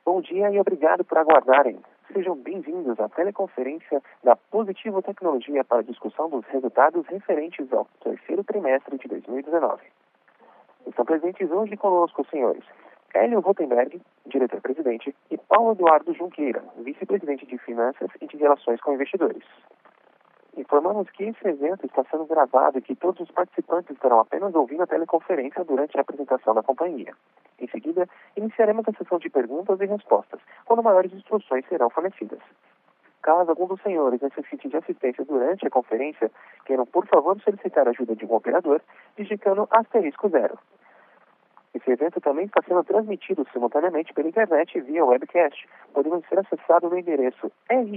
Bom dia e obrigado por aguardarem. Sejam bem-vindos à teleconferência da Positivo Tecnologia para a discussão dos resultados referentes ao terceiro trimestre de 2019. Estão presentes hoje conosco os senhores Hélio Rotenberg, diretor-presidente, e Paulo Eduardo Junqueira, vice-presidente de Finanças e de Relações com Investidores. Informamos que esse evento está sendo gravado e que todos os participantes estarão apenas ouvindo a teleconferência durante a apresentação da companhia. Em seguida, iniciaremos a sessão de perguntas e respostas, quando maiores instruções serão fornecidas. Caso algum dos senhores necessite de assistência durante a conferência, queiram, por favor, solicitar a ajuda de um operador, digitando *0. Esse evento também está sendo transmitido simultaneamente pela internet via webcast, podendo ser acessado no endereço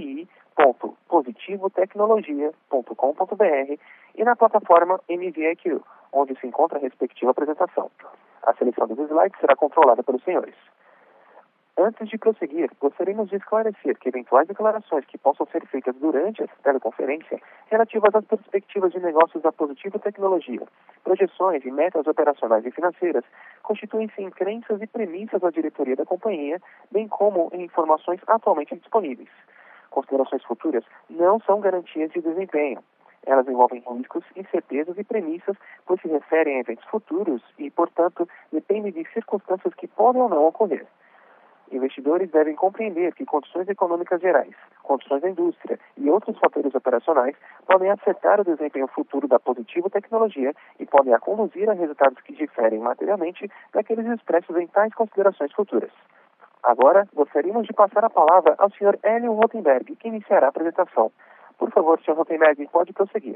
ri.positivotecnologia.com.br e na plataforma MVIQ, onde se encontra a respectiva apresentação. A seleção dos slides será controlada pelos senhores. Antes de prosseguir, gostaríamos de esclarecer que eventuais declarações que possam ser feitas durante essa teleconferência relativas às perspectivas de negócios da Positivo Tecnologia, projeções e metas operacionais e financeiras, constituem-se em crenças e premissas da diretoria da companhia, bem como em informações atualmente disponíveis. Considerações futuras não são garantias de desempenho. Elas envolvem riscos, incertezas e premissas, pois se referem a eventos futuros e, portanto, dependem de circunstâncias que podem ou não ocorrer. Investidores devem compreender que condições econômicas gerais, condições da indústria e outros fatores operacionais podem afetar o desempenho futuro da Positivo Tecnologia e podem a conduzir a resultados que diferem materialmente daqueles expressos em tais considerações futuras. Agora, gostaríamos de passar a palavra ao Sr. Hélio Rotenberg, que iniciará a apresentação. Por favor, Sr. Rotenberg, pode prosseguir.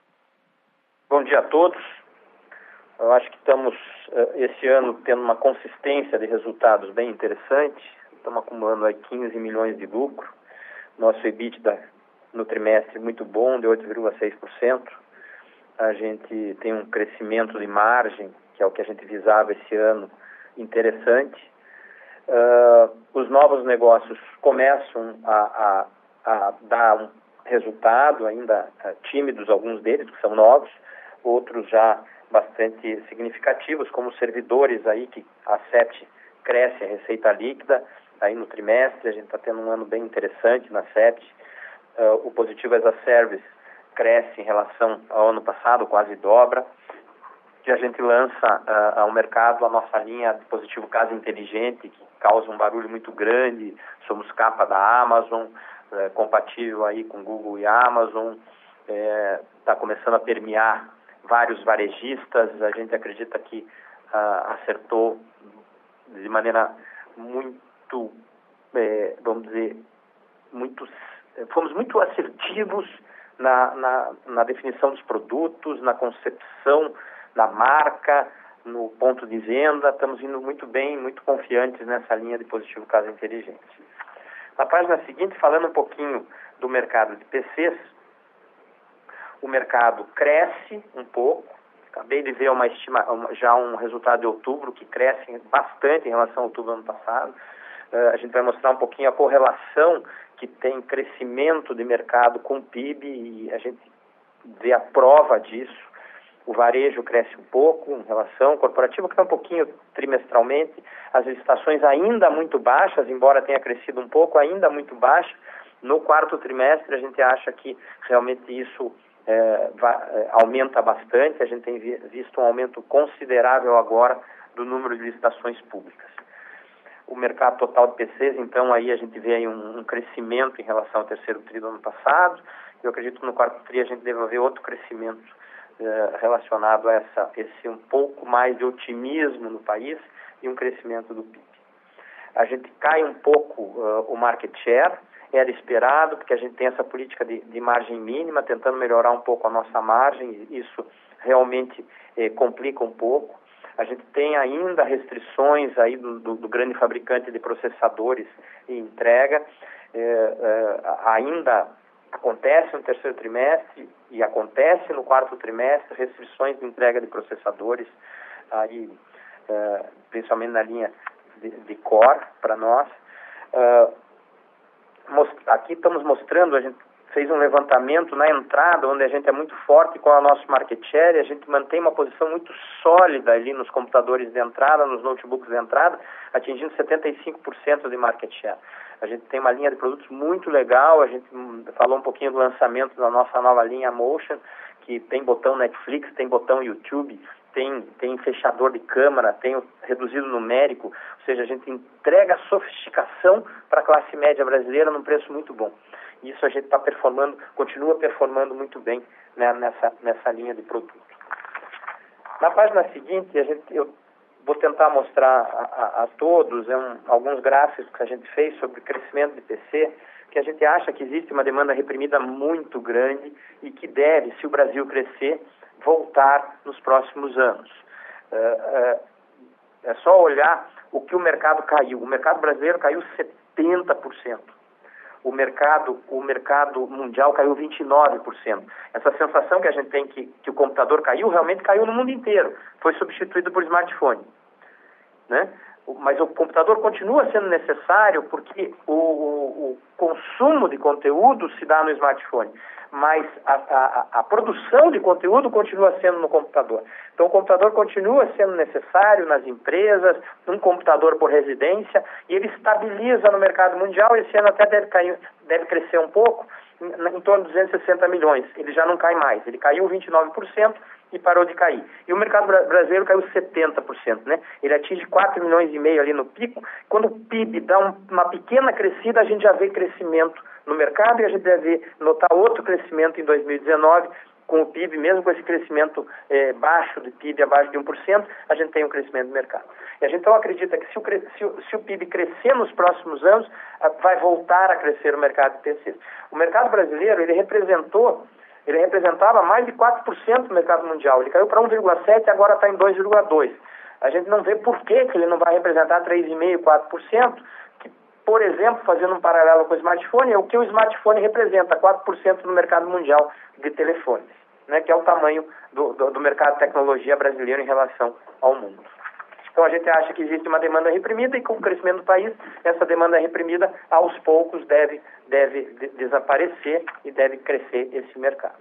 Bom dia a todos. Eu acho que estamos, esse ano, tendo uma consistência de resultados bem interessante. Estamos acumulando aí 15 milhões de lucro. Nosso EBITDA no trimestre muito bom, de 8,6%. A gente tem um crescimento de margem, que é o que a gente visava esse ano, interessante. Os novos negócios começam a dar um resultado, ainda tímidos alguns deles, que são novos, outros já bastante significativos, como servidores aí, que a SET cresce a receita líquida, aí no trimestre a gente está tendo um ano bem interessante na SET. O Positivo as a Service cresce em relação ao ano passado, quase dobra, e a gente lança ao mercado a nossa linha de Positivo Casa Inteligente, que causa um barulho muito grande. Somos capa da Amazon, compatível aí com Google e Amazon, está começando a permear vários varejistas. A gente acredita que acertou de maneira muito, vamos dizer, fomos muito assertivos na definição dos produtos, na concepção da marca, no ponto de venda. Estamos indo muito bem, muito confiantes nessa linha de Positivo Casa Inteligente. Na página seguinte, falando um pouquinho do mercado de PCs, o mercado cresce um pouco. Acabei de ver já um resultado de outubro que cresce bastante em relação ao outubro do ano passado. A gente vai mostrar um pouquinho a correlação que tem crescimento de mercado com o PIB e a gente vê a prova disso. O varejo cresce um pouco em relação, o corporativo cresce um pouquinho trimestralmente, as licitações ainda muito baixas, embora tenha crescido um pouco, ainda muito baixa. No quarto trimestre a gente acha que realmente isso aumenta bastante. A gente tem visto um aumento considerável agora do número de licitações públicas. O mercado total de PCs, então, aí a gente vê aí um crescimento em relação ao terceiro tri do ano passado. Eu acredito que no quarto tri a gente deve ver outro crescimento relacionado a esse um pouco mais de otimismo no país e um crescimento do PIB. A gente cai um pouco o market share, era esperado, porque a gente tem essa política de margem mínima, tentando melhorar um pouco a nossa margem, e isso realmente complica um pouco. A gente tem ainda restrições aí do grande fabricante de processadores e entrega. Ainda acontece no terceiro trimestre e acontece no quarto trimestre restrições de entrega de processadores, aí, principalmente na linha de Core para nós. Aqui estamos mostrando, a gente fez um levantamento na entrada, onde a gente é muito forte com o nosso market share, e a gente mantém uma posição muito sólida ali nos computadores de entrada, nos notebooks de entrada, atingindo 75% de market share. A gente tem uma linha de produtos muito legal, a gente falou um pouquinho do lançamento da nossa nova linha Motion, que tem botão Netflix, tem botão YouTube, tem fechador de câmera, tem o reduzido numérico, ou seja, a gente entrega sofisticação para a classe média brasileira num preço muito bom. Isso a gente está performando, continua performando muito bem, né, nessa linha de produto. Na página seguinte, eu vou tentar mostrar a todos alguns gráficos que a gente fez sobre o crescimento de PC, que a gente acha que existe uma demanda reprimida muito grande e que deve, se o Brasil crescer, voltar nos próximos anos. É só olhar o que o mercado caiu. O mercado brasileiro caiu 70%. O mercado mundial caiu 29%. Essa sensação que a gente tem que o computador caiu, realmente caiu no mundo inteiro. Foi substituído por smartphone, né? Mas o computador continua sendo necessário porque o consumo de conteúdo se dá no smartphone, mas a produção de conteúdo continua sendo no computador. Então o computador continua sendo necessário nas empresas, um computador por residência, e ele estabiliza no mercado mundial. Esse ano até deve crescer um pouco, em torno de 260 milhões. Ele já não cai mais, ele caiu 29%. E parou de cair. E o mercado brasileiro caiu 70%, né? Ele atinge 4,5 milhões ali no pico. Quando o PIB dá uma pequena crescida, a gente já vê crescimento no mercado, e a gente deve notar outro crescimento em 2019, com o PIB, mesmo com esse crescimento baixo de PIB, abaixo de 1%, a gente tem um crescimento do mercado. E a gente então acredita que se o PIB crescer nos próximos anos, vai voltar a crescer o mercado de PCs. O mercado brasileiro, ele representava mais de 4% do mercado mundial. Ele caiu para 1,7% e agora está em 2,2%. A gente não vê por que ele não vai representar 3,5%, 4%, que, por exemplo, fazendo um paralelo com o smartphone, é o que o smartphone representa, 4% no mercado mundial de telefones, né, que é o tamanho do mercado de tecnologia brasileiro em relação ao mundo. Então a gente acha que existe uma demanda reprimida, e com o crescimento do país, essa demanda reprimida aos poucos deve desaparecer e deve crescer esse mercado.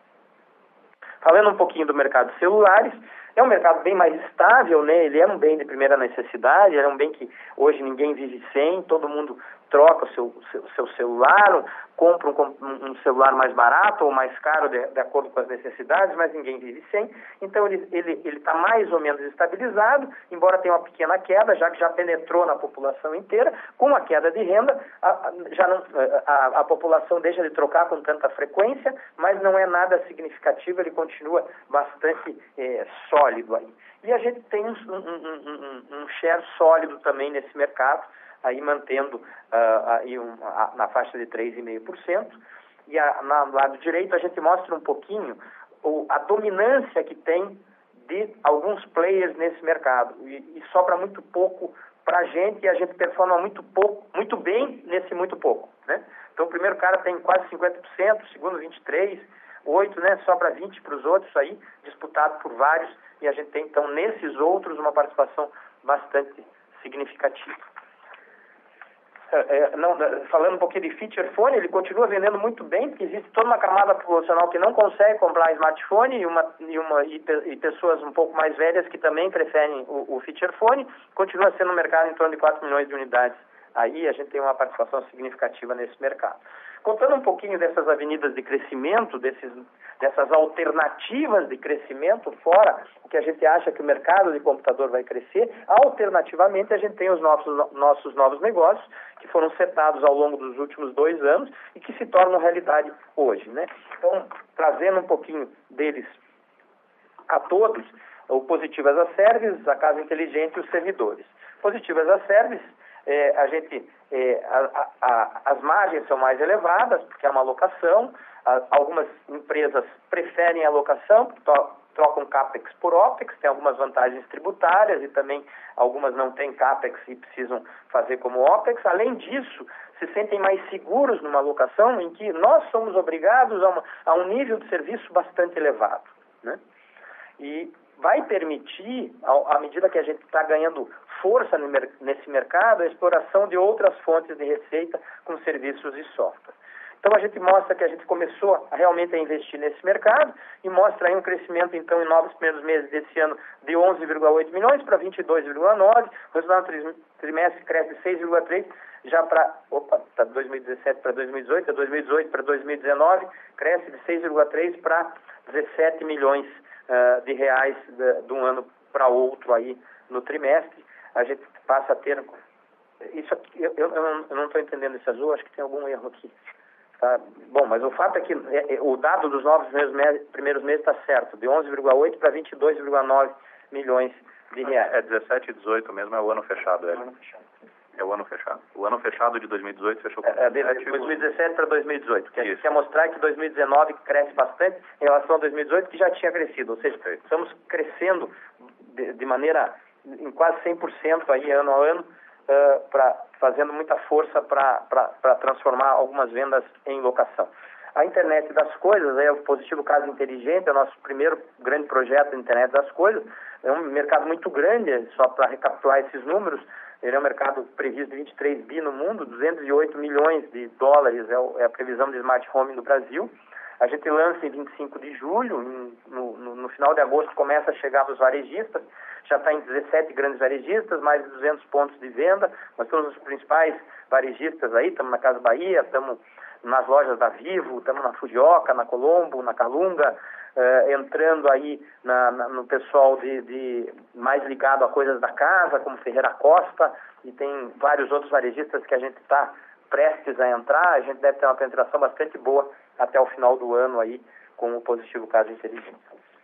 Falando um pouquinho do mercado de celulares, é um mercado bem mais estável, né? Ele é um bem de primeira necessidade, é um bem que hoje ninguém vive sem, todo mundo troca o seu celular, compra um celular mais barato ou mais caro de acordo com as necessidades, mas ninguém vive sem. Então ele está mais ou menos estabilizado, embora tenha uma pequena queda, já que já penetrou na população inteira. Com a queda de renda, a população deixa de trocar com tanta frequência, mas não é nada significativo, ele continua bastante sólido aí. E a gente tem um share sólido também nesse mercado, aí mantendo na faixa de 3,5%. E no lado direito a gente mostra um pouquinho a dominância que tem de alguns players nesse mercado. E sobra muito pouco para a gente, e a gente performa muito bem nesse muito pouco, né? Então o primeiro cara tem quase 50%, o segundo 23%, 8%, né? Sobra 20% para os outros aí, disputado por vários, e a gente tem então nesses outros uma participação bastante significativa. Falando um pouquinho de feature phone, ele continua vendendo muito bem, porque existe toda uma camada populacional que não consegue comprar smartphone, e pessoas um pouco mais velhas que também preferem o feature phone. Continua sendo um mercado em torno de 4 milhões de unidades. Aí a gente tem uma participação significativa nesse mercado. Contando um pouquinho dessas avenidas de crescimento, dessas alternativas de crescimento, fora o que a gente acha que o mercado de computador vai crescer, alternativamente a gente tem os nossos novos negócios, que foram setados ao longo dos últimos 2 anos e que se tornam realidade hoje, né? Então, trazendo um pouquinho deles a todos, o Positivo as a Service, a Casa Inteligente e os servidores. Positivo as a Service, as margens são mais elevadas, porque é uma locação. Algumas empresas preferem a locação, trocam CAPEX por OPEX, tem algumas vantagens tributárias, e também algumas não têm CAPEX e precisam fazer como OPEX. Além disso, se sentem mais seguros numa locação em que nós somos obrigados a um nível de serviço bastante elevado, né? E vai permitir, à medida que a gente está ganhando força nesse mercado, a exploração de outras fontes de receita com serviços e software. Então a gente mostra que a gente começou realmente a investir nesse mercado e mostra aí um crescimento então em novos primeiros meses desse ano de 11,8 milhões para 22,9, o resultado do trimestre cresce de 6,3 já para 2017 para 2018, 2018 para 2019 cresce de 6,3 para 17 milhões de reais de um ano para outro aí no trimestre. A gente passa a ter isso aqui, eu não estou entendendo esse azul, acho que tem algum erro aqui. Tá? Bom, mas o fato é que o dado dos novos primeiros meses está certo, de 11,8 para 22,9 milhões de reais. É 17 e 18 mesmo, é o ano fechado. É o ano fechado. O ano fechado de 2018 fechou com 2017 para 2018. O que a gente quer mostrar é que 2019 cresce bastante em relação a 2018, que já tinha crescido. Ou seja, estamos crescendo de maneira em quase 100% aí, ano a ano, fazendo muita força para transformar algumas vendas em locação. A internet das coisas, o Positivo Casa Inteligente, é o nosso primeiro grande projeto de internet das coisas. É um mercado muito grande, só para recapitular esses números, ele é um mercado previsto de 23 bi no mundo, 208 milhões de dólares é a previsão de smart home no Brasil. A gente lança em 25 de julho, no final de agosto começa a chegar nos varejistas, já está em 17 grandes varejistas, mais de 200 pontos de venda. Nós temos os principais varejistas aí, estamos na Casa Bahia, estamos nas lojas da Vivo, estamos na Fujioka, na Colombo, na Calunga, entrando aí no pessoal de mais ligado a coisas da casa, como Ferreira Costa, e tem vários outros varejistas que a gente está prestes a entrar. A gente deve ter uma penetração bastante boa até o final do ano aí com o Positivo Casa Inteligente.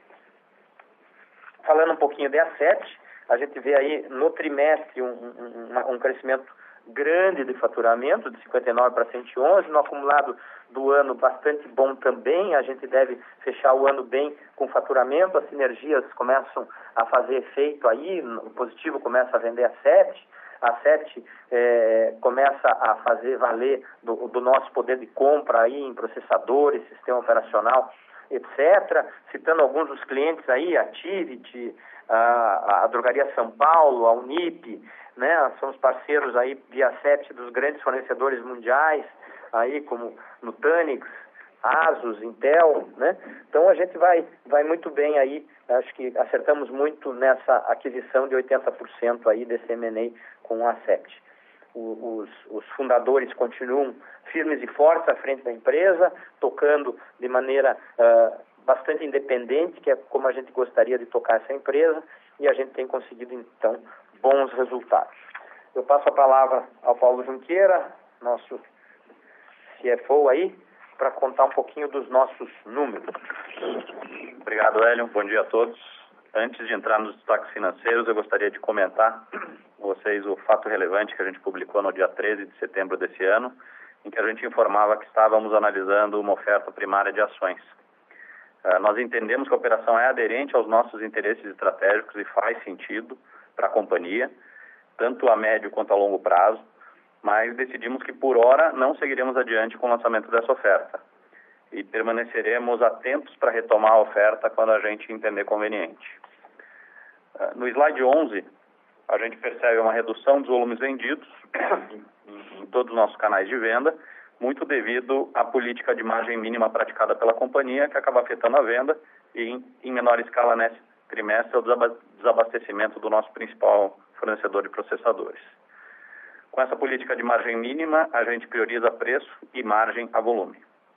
Falando um pouquinho de asset, a gente vê aí no trimestre um crescimento grande de faturamento, de 59 para 111, no acumulado do ano bastante bom também. A gente deve fechar o ano bem com faturamento, as sinergias começam a fazer efeito aí, o Positivo começa a vender asset, a Asset começa a fazer valer do nosso poder de compra aí em processadores, sistema operacional, etc. Citando alguns dos clientes aí, a Tivit, a Drogaria São Paulo, a Unip, né? Somos parceiros aí de Asset dos grandes fornecedores mundiais, aí como Nutanix, Asus, Intel, né? Então a gente vai muito bem aí, acho que acertamos muito nessa aquisição de 80% aí desse M&A com a Asset. Os fundadores continuam firmes e fortes à frente da empresa, tocando de maneira bastante independente, que é como a gente gostaria de tocar essa empresa, e a gente tem conseguido, então, bons resultados. Eu passo a palavra ao Paulo Junqueira, nosso CFO aí, para contar um pouquinho dos nossos números. Obrigado, Hélio. Bom dia a todos. Antes de entrar nos destaques financeiros, eu gostaria de comentar com vocês o fato relevante que a gente publicou no dia 13 de setembro desse ano, em que a gente informava que estávamos analisando uma oferta primária de ações. Nós entendemos que a operação é aderente aos nossos interesses estratégicos e faz sentido para a companhia, tanto a médio quanto a longo prazo, mas decidimos que, por hora, não seguiremos adiante com o lançamento dessa oferta e permaneceremos atentos para retomar a oferta quando a gente entender conveniente. No slide 11, a gente percebe uma redução dos volumes vendidos em todos os nossos canais de venda, muito devido à política de margem mínima praticada pela companhia, que acaba afetando a venda e, em menor escala nesse trimestre, o desabastecimento do nosso principal fornecedor de processadores. Com essa política de margem mínima, a gente prioriza preço e margem a volume.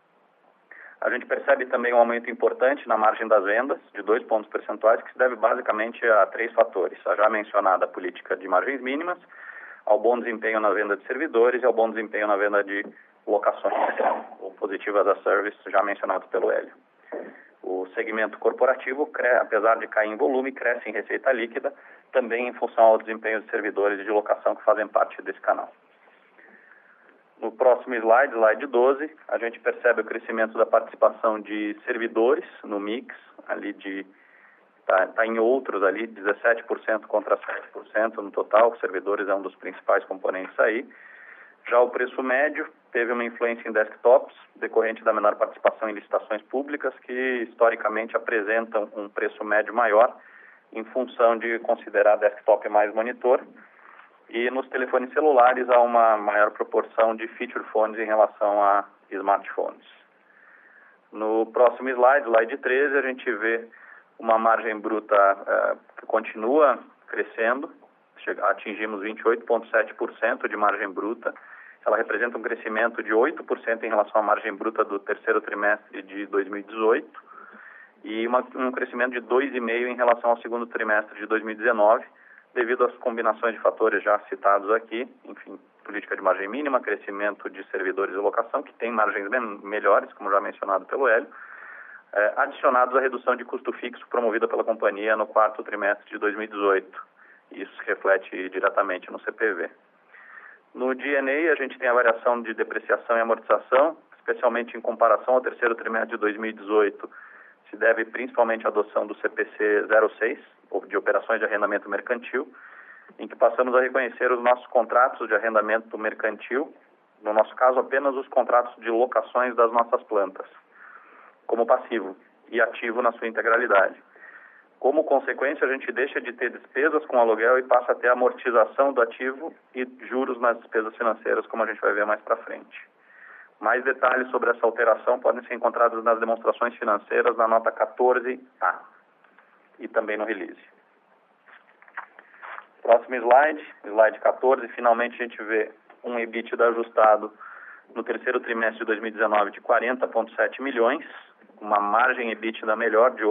A gente percebe também um aumento importante na margem das vendas, de 2 pontos percentuais, que se deve basicamente a 3 fatores. A já mencionada política de margens mínimas, ao bom desempenho na venda de servidores e ao bom desempenho na venda de locações, ou Positivo as a Service, já mencionado pelo Hélio. O segmento corporativo, apesar de cair em volume, cresce em receita líquida, também em função ao desempenho de servidores de locação que fazem parte desse canal. No próximo slide, slide 12, a gente percebe o crescimento da participação de servidores no mix, ali está em outros ali, 17% contra 7% no total, servidores é um dos principais componentes aí. Já o preço médio teve uma influência em desktops, decorrente da menor participação em licitações públicas, que historicamente apresentam um preço médio maior, em função de considerar desktop mais monitor. E nos telefones celulares há uma maior proporção de feature phones em relação a smartphones. No próximo slide, slide 13, a gente vê uma margem bruta que continua crescendo, atingimos 28,7% de margem bruta. Ela representa um crescimento de 8% em relação à margem bruta do terceiro trimestre de 2018 e um crescimento de 2,5% em relação ao segundo trimestre de 2019, devido às combinações de fatores já citados aqui, enfim, política de margem mínima, crescimento de servidores e locação, que tem margens melhores, como já mencionado pelo Hélio, adicionados à redução de custo fixo promovida pela companhia no quarto trimestre de 2018. Isso se reflete diretamente no CPV. No D&A, a gente tem a variação de depreciação e amortização, especialmente em comparação ao terceiro trimestre de 2018, se deve principalmente à adoção do CPC 06, ou de operações de arrendamento mercantil, em que passamos a reconhecer os nossos contratos de arrendamento mercantil, no nosso caso apenas os contratos de locações das nossas plantas, como passivo e ativo na sua integralidade. Como consequência, a gente deixa de ter despesas com aluguel e passa a ter amortização do ativo e juros nas despesas financeiras, como a gente vai ver mais para frente. Mais detalhes sobre essa alteração podem ser encontrados nas demonstrações financeiras na nota 14A e também no release. Próximo slide, slide 14, finalmente a gente vê um EBITDA ajustado no terceiro trimestre de 2019 de 40,7 milhões, uma margem EBITDA melhor de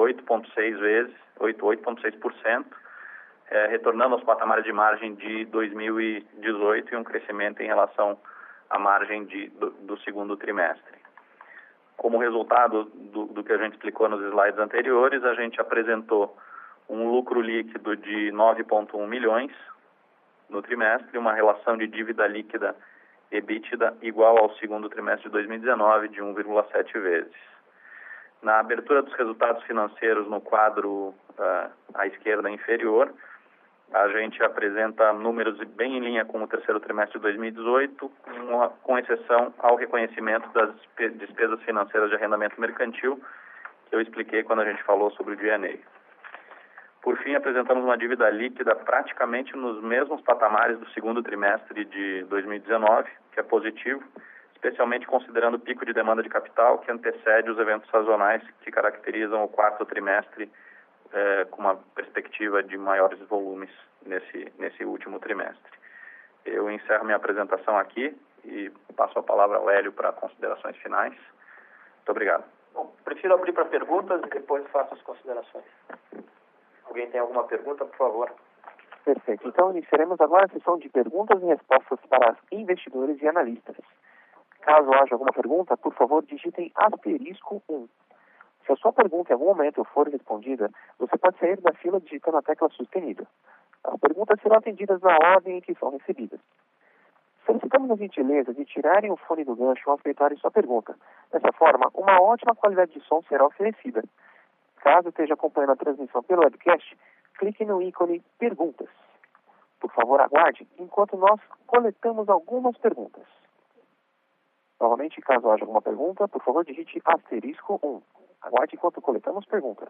8,6%, retornando aos patamares de margem de 2018 e um crescimento em relação à margem do segundo trimestre. Como resultado do que a gente explicou nos slides anteriores, a gente apresentou um lucro líquido de 9,1 milhões no trimestre, uma relação de dívida líquida EBITDA igual ao segundo trimestre de 2019 de 1,7 vezes. Na abertura dos resultados financeiros no quadro à esquerda inferior, a gente apresenta números bem em linha com o terceiro trimestre de 2018, com exceção ao reconhecimento das despesas financeiras de arrendamento mercantil, que eu expliquei quando a gente falou sobre o D&A. Por fim, apresentamos uma dívida líquida praticamente nos mesmos patamares do segundo trimestre de 2019, que é positivo, especialmente considerando o pico de demanda de capital que antecede os eventos sazonais que caracterizam o quarto trimestre, com uma perspectiva de maiores volumes nesse último trimestre. Eu encerro minha apresentação aqui e passo a palavra ao Hélio para considerações finais. Muito obrigado. Bom, prefiro abrir para perguntas e depois faço as considerações. Alguém tem alguma pergunta, por favor? Perfeito. Então, iniciaremos agora a sessão de perguntas e respostas para investidores e analistas. Caso haja alguma pergunta, por favor, digitem *1. Se a sua pergunta em algum momento for respondida, você pode sair da fila digitando a tecla sustenida. As perguntas serão atendidas na ordem em que são recebidas. Solicitamos a gentileza de tirarem o fone do gancho ao aceitarem sua pergunta. Dessa forma, uma ótima qualidade de som será oferecida. Caso esteja acompanhando a transmissão pelo webcast, clique no ícone Perguntas. Por favor, aguarde enquanto nós coletamos algumas perguntas. Novamente, caso haja alguma pergunta, por favor, digite *1. Aguarde enquanto coletamos perguntas.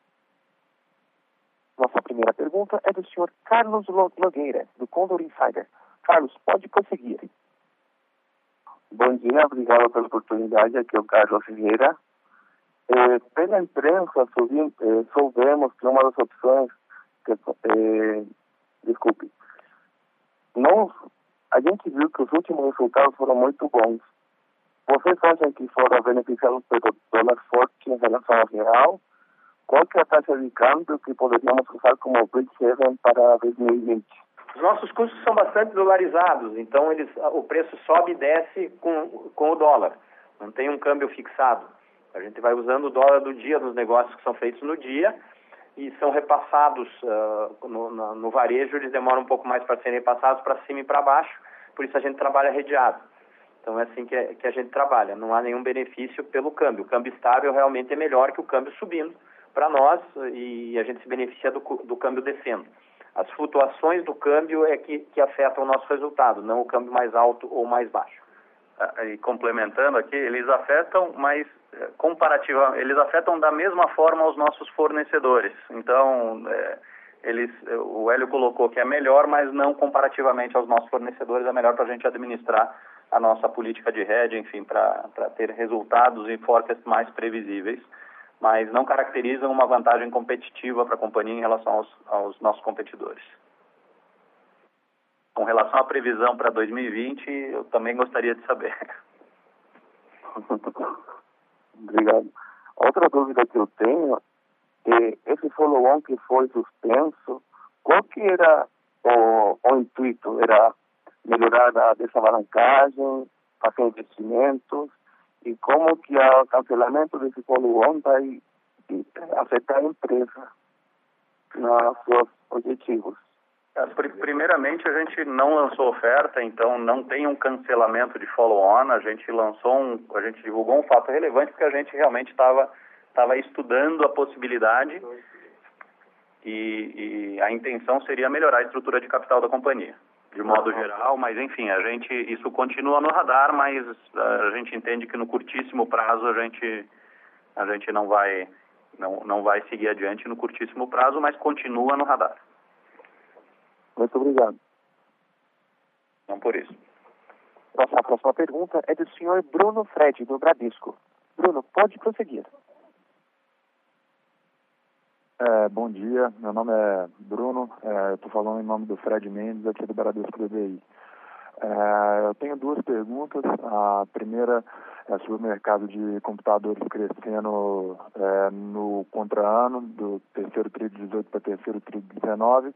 Nossa primeira pergunta é do senhor Carlos Nogueira, do Condor Insider. Carlos, pode prosseguir. Bom dia, obrigado pela oportunidade. Aqui é o Carlos Ferreira. Pela imprensa, soubemos que uma das opções... a gente viu que os últimos resultados foram muito bons. Vocês acham que foram beneficiados pelo dólar forte em relação ao real? Qual que é a taxa de câmbio que poderíamos usar como break-even para 2020? Os nossos custos são bastante dolarizados, então o preço sobe e desce com o dólar. Não tem um câmbio fixado. A gente vai usando o dólar do dia nos negócios que são feitos no dia e são repassados no varejo, eles demoram um pouco mais para serem repassados para cima e para baixo, por isso a gente trabalha redeado. Então é assim que a gente trabalha, não há nenhum benefício pelo câmbio. O câmbio estável realmente é melhor que o câmbio subindo para nós e a gente se beneficia do câmbio descendo. As flutuações do câmbio é que afetam o nosso resultado, não o câmbio mais alto ou mais baixo. E complementando aqui, eles afetam, mas comparativamente, eles afetam da mesma forma os nossos fornecedores. Então, o Hélio colocou que é melhor, mas não comparativamente aos nossos fornecedores, é melhor para a gente administrar a nossa política de hedge, enfim, para ter resultados e forecasts mais previsíveis, mas não caracterizam uma vantagem competitiva para a companhia em relação aos nossos competidores. Com relação à previsão para 2020, eu também gostaria de saber. Obrigado. Outra dúvida que eu tenho é esse follow-on que foi suspenso, qual que era o intuito? Era melhorar a desalavancagem, fazer investimentos, e como que o cancelamento desse follow-on vai afetar a empresa nos seus objetivos? Primeiramente, a gente não lançou oferta, então não tem um cancelamento de follow-on. A gente divulgou um fato relevante porque a gente realmente estava estudando a possibilidade e a intenção seria melhorar a estrutura de capital da companhia, de modo geral. Mas enfim, isso continua no radar, mas a gente entende que no curtíssimo prazo a gente não vai seguir adiante no curtíssimo prazo, mas continua no radar. Muito obrigado. Não por isso. A próxima pergunta é do senhor Bruno Fred, do Bradesco. Bruno, pode prosseguir. Bom dia, meu nome é Bruno, eu estou falando em nome do Fred Mendes, aqui do Bradesco BBI. Eu tenho duas perguntas. A primeira é sobre o mercado de computadores crescendo no contra-ano, do terceiro TRI de 18 para terceiro TRI de 19.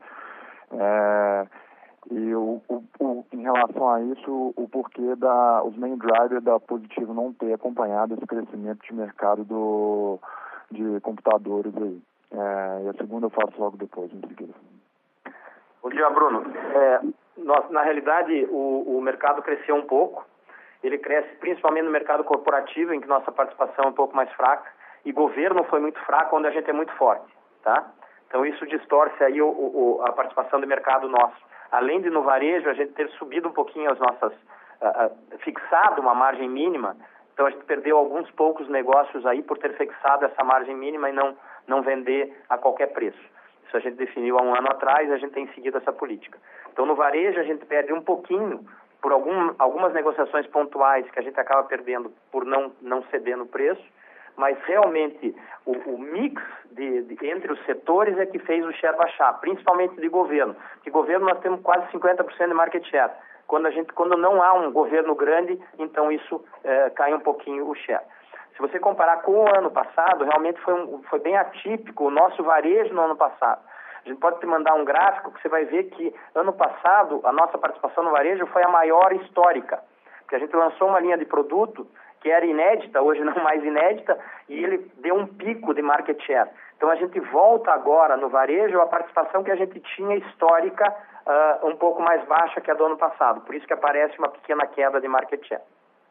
Em relação a isso, o porquê os main drivers da Positivo não ter acompanhado esse crescimento de mercado de computadores aí. E a segunda eu faço logo depois, em seguida. Bom dia, Bruno. Na realidade, o mercado cresceu um pouco. Ele cresce principalmente no mercado corporativo, em que nossa participação é um pouco mais fraca, e governo foi muito fraco, onde a gente é muito forte, tá? Então isso distorce aí a participação do mercado nosso. Além de no varejo a gente ter subido um pouquinho as nossas, fixado uma margem mínima, então a gente perdeu alguns poucos negócios aí por ter fixado essa margem mínima e não vender a qualquer preço. Isso a gente definiu há um ano atrás e a gente tem seguido essa política. Então no varejo a gente perde um pouquinho por algumas negociações pontuais que a gente acaba perdendo por não ceder no preço, mas realmente o mix entre os setores é que fez o share baixar, principalmente de governo. De governo nós temos quase 50% de market share. Quando não há um governo grande, então isso cai um pouquinho o share. Se você comparar com o ano passado, realmente foi bem atípico o nosso varejo no ano passado. A gente pode te mandar um gráfico que você vai ver que ano passado a nossa participação no varejo foi a maior histórica, porque a gente lançou uma linha de produto que era inédita, hoje não mais inédita, e ele deu um pico de market share. Então a gente volta agora no varejo a participação que a gente tinha histórica um pouco mais baixa que a do ano passado. Por isso que aparece uma pequena queda de market share.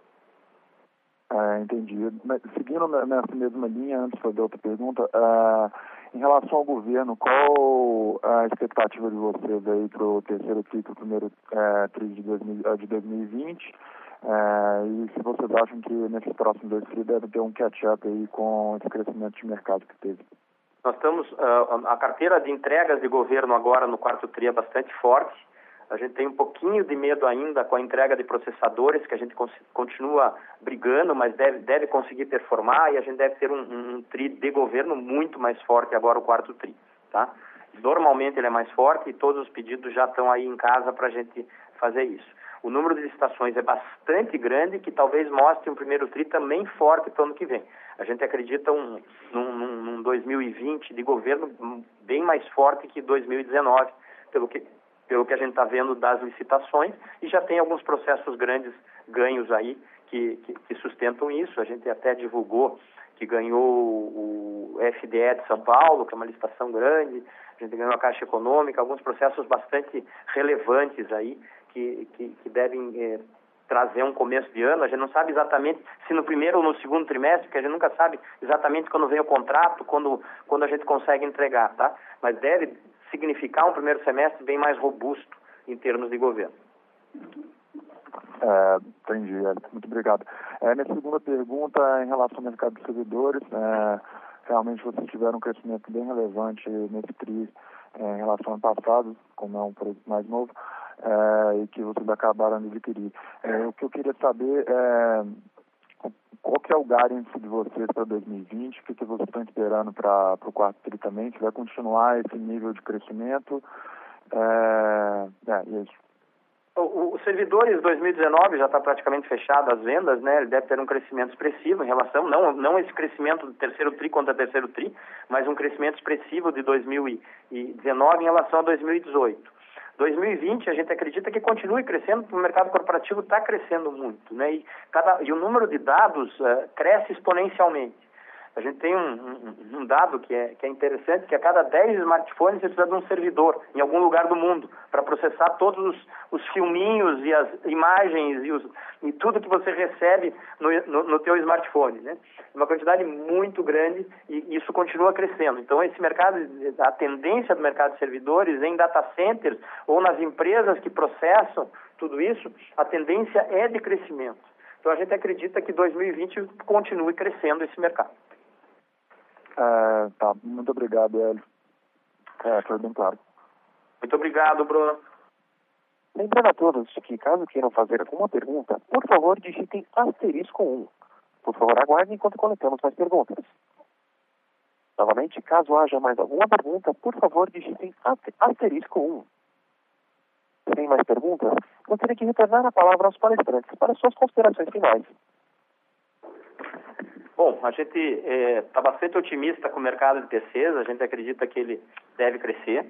Entendi. Seguindo nessa mesma linha, antes de fazer outra pergunta, em relação ao governo, qual a expectativa de vocês aí para o terceiro TRI, para o primeiro TRI de 2020? E se vocês acham que nesses próximos 2 TRI deve ter um catch-up aí com esse crescimento de mercado que teve? Nós estamos, a carteira de entregas de governo agora no quarto TRI é bastante forte. A gente tem um pouquinho de medo ainda com a entrega de processadores, que a gente continua brigando, mas deve conseguir performar, e a gente deve ter um TRI de governo muito mais forte agora, o quarto TRI, tá? Normalmente ele é mais forte e todos os pedidos já estão aí em casa para a gente fazer isso. O número de licitações é bastante grande, que talvez mostre um primeiro TRI também forte para o ano que vem. A gente acredita num 2020 de governo bem mais forte que 2019, pelo que a gente está vendo das licitações, e já tem alguns processos grandes ganhos aí que sustentam isso. A gente até divulgou que ganhou o FDE de São Paulo, que é uma licitação grande, a gente ganhou a Caixa Econômica, alguns processos bastante relevantes aí, que devem trazer um começo de ano. A gente não sabe exatamente se no primeiro ou no segundo trimestre, porque a gente nunca sabe exatamente quando vem o contrato, quando a gente consegue entregar, tá? Mas deve significar um primeiro semestre bem mais robusto em termos de governo. Entendi, muito obrigado. Minha segunda pergunta em relação ao mercado de servidores, realmente vocês tiveram um crescimento bem relevante nesse TRI em relação ao ano passado, como é um produto mais novo. e que vocês acabaram de adquirir. O que eu queria saber é qual que é o guidance de vocês para 2020, o que vocês estão esperando para o quarto tri também, se vai continuar esse nível de crescimento, e é isso. O Servidores 2019 já está praticamente fechado as vendas, né? Ele deve ter um crescimento expressivo em relação, não esse crescimento do terceiro tri contra terceiro tri, mas um crescimento expressivo de 2019 em relação a 2018. 2020 a gente acredita que continue crescendo, porque o mercado corporativo está crescendo muito, né? E o número de dados cresce exponencialmente. A gente tem um dado que é interessante, que a cada 10 smartphones você precisa de um servidor em algum lugar do mundo para processar todos os filminhos e as imagens e tudo que você recebe no teu smartphone, né? Uma quantidade muito grande e isso continua crescendo. Então esse mercado, a tendência do mercado de servidores em data centers ou nas empresas que processam tudo isso, a tendência é de crescimento. Então a gente acredita que 2020 continue crescendo esse mercado. Tá, muito obrigado, Hélio. Foi bem claro. Muito obrigado, Bruno. Lembrando a todos que, caso queiram fazer alguma pergunta, por favor, digitem *1. Por favor, aguardem enquanto coletamos mais perguntas. Novamente, caso haja mais alguma pergunta, por favor, digitem *1. Sem mais perguntas, gostaria de retornar a palavra aos palestrantes para suas considerações finais. Bom, a gente está bastante otimista com o mercado de PCs, a gente acredita que ele deve crescer.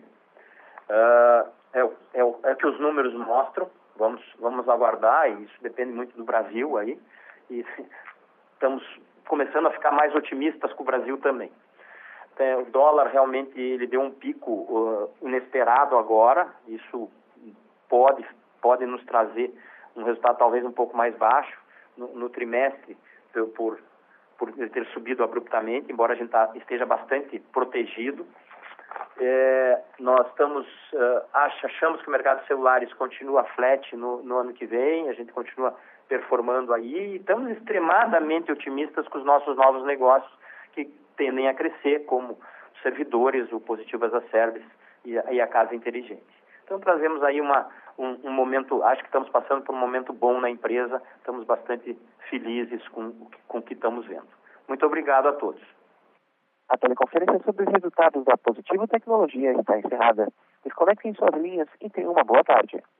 É o que os números mostram, vamos aguardar, e isso depende muito do Brasil aí, e estamos começando a ficar mais otimistas com o Brasil também. O dólar realmente ele deu um pico inesperado agora, isso pode nos trazer um resultado talvez um pouco mais baixo no trimestre, por ele ter subido abruptamente, embora a gente esteja bastante protegido. Nós achamos que o mercado de celulares continua flat no ano que vem, a gente continua performando aí e estamos extremadamente otimistas com os nossos novos negócios que tendem a crescer, como os servidores, o Positivo as a Service e a Casa Inteligente. Então trazemos aí um momento, acho que estamos passando por um momento bom na empresa, estamos bastante felizes com o que estamos vendo. Muito obrigado a todos. A teleconferência sobre os resultados da Positivo Tecnologia está encerrada. Desconectem suas linhas e tenham uma boa tarde.